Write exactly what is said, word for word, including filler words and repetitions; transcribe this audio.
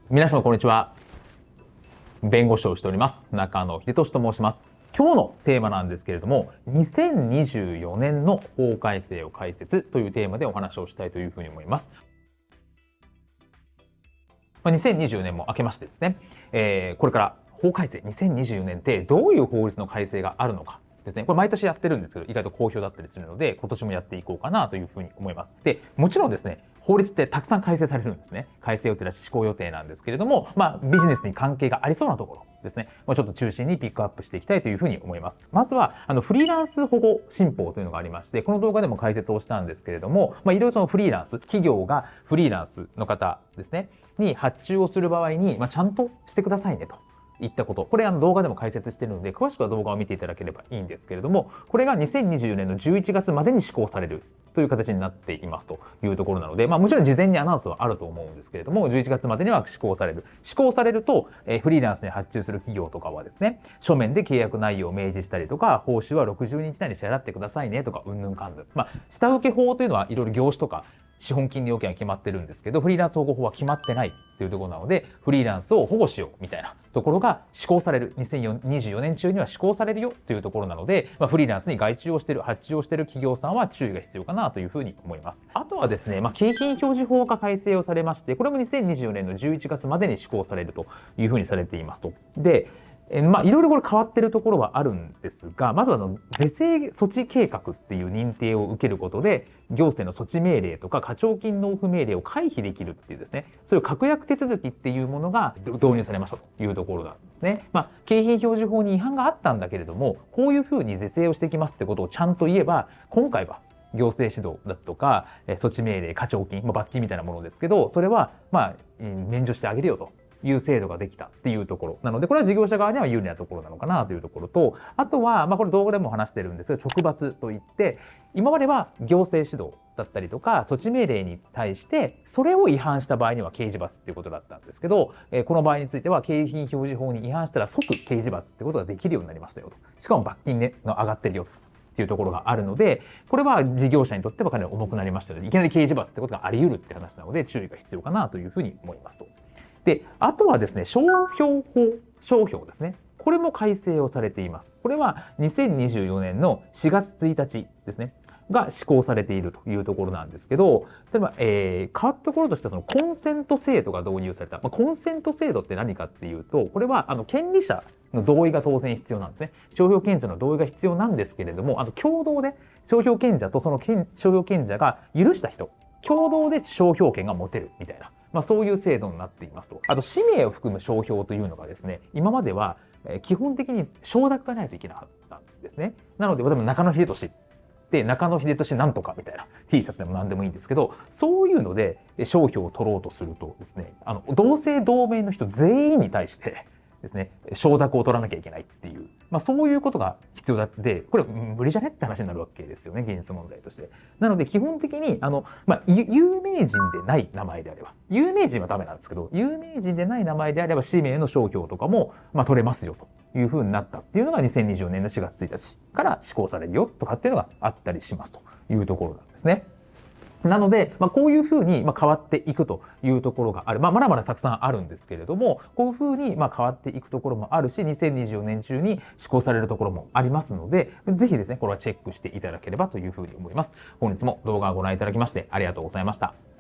皆様こんにちは。弁護士をしております中野秀俊と申します。今日のテーマなんですけれども、にせんにじゅうよねんの法改正を解説というテーマでお話をしたいというふうに思います。にせんにじゅうよねんも明けましてですね、えー、これから法改正にせんにじゅうよねんってどういう法律の改正があるのかですね。これ毎年やってるんですけど、意外と好評だったりするので、今年もやっていこうかなというふうに思います。で、もちろんですね、法律ってたくさん改正されるんですね。改正予定だし施行予定なんですけれども、まあビジネスに関係がありそうなところですね、まあ、ちょっと中心にピックアップしていきたいというふうに思います。まずは、あのフリーランス保護新法というのがありまして、この動画でも解説をしたんですけれども、まあいろいろそのフリーランス、企業がフリーランスの方ですね、に発注をする場合に、まあ、ちゃんとしてくださいねと。いったこと。これあの動画でも解説しているので、詳しくは動画を見ていただければいいんですけれども、これがにせんにじゅうよねんのじゅういちがつまでに施行されるという形になっていますというところなので、まあもちろん事前にアナウンスはあると思うんですけれども、じゅういちがつまでには施行される。施行されると、えー、フリーランスに発注する企業とかはですね、書面で契約内容を明示したりとか、報酬はろくじゅうにち以内に支払ってくださいねとか、うんぬんかんぬん。まあ、下請け法というのはいろいろ業種とか、資本金利要件は決まってるんですけど、フリーランス保護法は決まってないっていうところなので、フリーランスを保護しようみたいなところが施行される。にせんにじゅうよねん中には施行されるよというところなので、まあ、フリーランスに外注をしている、発注をしている企業さんは注意が必要かなというふうに思います。あとはですね、まあ、景品表示法が改正をされまして、これもにせんにじゅうよねんのじゅういちがつまでに施行されるというふうにされていますと。で、えまあ、いろいろこれ変わってるところはあるんですが、まずはあの是正措置計画っていう認定を受けることで、行政の措置命令とか課徴金納付命令を回避できるっていうですね、そういう確約手続きっていうものが導入されましたというところなんですね。まあ、景品表示法に違反があったんだけれども、こういうふうに是正をしていきますってことをちゃんと言えば、今回は行政指導だとか、措置命令、課徴金、まあ、罰金みたいなものですけど、それはまあ免除してあげるよと。いう制度ができたっていうところなので、これは事業者側には有利なところなのかなというところと、あとは、まあ、これ動画でも話してるんですけど、直罰といって、今までは行政指導だったりとか、措置命令に対して、それを違反した場合には刑事罰っていうことだったんですけど、えー、この場合については、景品表示法に違反したら即刑事罰ってことができるようになりましたよと。しかも罰金ね、が上がってるよと。っていうところがあるので、これは事業者にとってはかなり重くなりましたので、いきなり刑事罰ってことがあり得るって話なので、注意が必要かなというふうに思いますと。で、あとはですね、商標法、商標ですね。これも改正をされています。これはにせんにじゅうよねんのしがつついたちですね。が施行されているというところなんですけど、例えば、えー、変わったところとしてはそのコンセント制度が導入された。まあ、コンセント制度って何かっていうと、これはあの権利者の同意が当然必要なんですね。商標権者の同意が必要なんですけれども、あの共同で商標権者とその商標権者が許した人、共同で商標権が持てるみたいな。まあ、そういう制度になっていますと。あと、氏名を含む商標というのがですね、今までは基本的に承諾がないといけなかったんですね。なので、例えば中野秀俊で中野秀俊なんとかみたいな T シャツでも何でもいいんですけど、そういうので商標を取ろうとするとですね、あの同姓同名の人全員に対してですね、承諾を取らなきゃいけないっていう、まあ、そういうことが必要だって、これ無理じゃねって話になるわけですよね、現実問題として。なので基本的にあの、まあ、有名人でない名前であれば、有名人はダメなんですけど、有名人でない名前であれば氏名の商標とかも、まあ、取れますよというふうになったっていうのがにせんにじゅうよねんのしがつついたちから施行されるよとかっていうのがあったりしますというところなんですね。なので、まあ、こういうふうにまあ変わっていくというところがある。まあ、まだまだたくさんあるんですけれども、こういうふうにまあ変わっていくところもあるし、にせんにじゅうよねん中に施行されるところもありますので、ぜひですね、これはチェックしていただければというふうに思います。本日も動画をご覧いただきましてありがとうございました。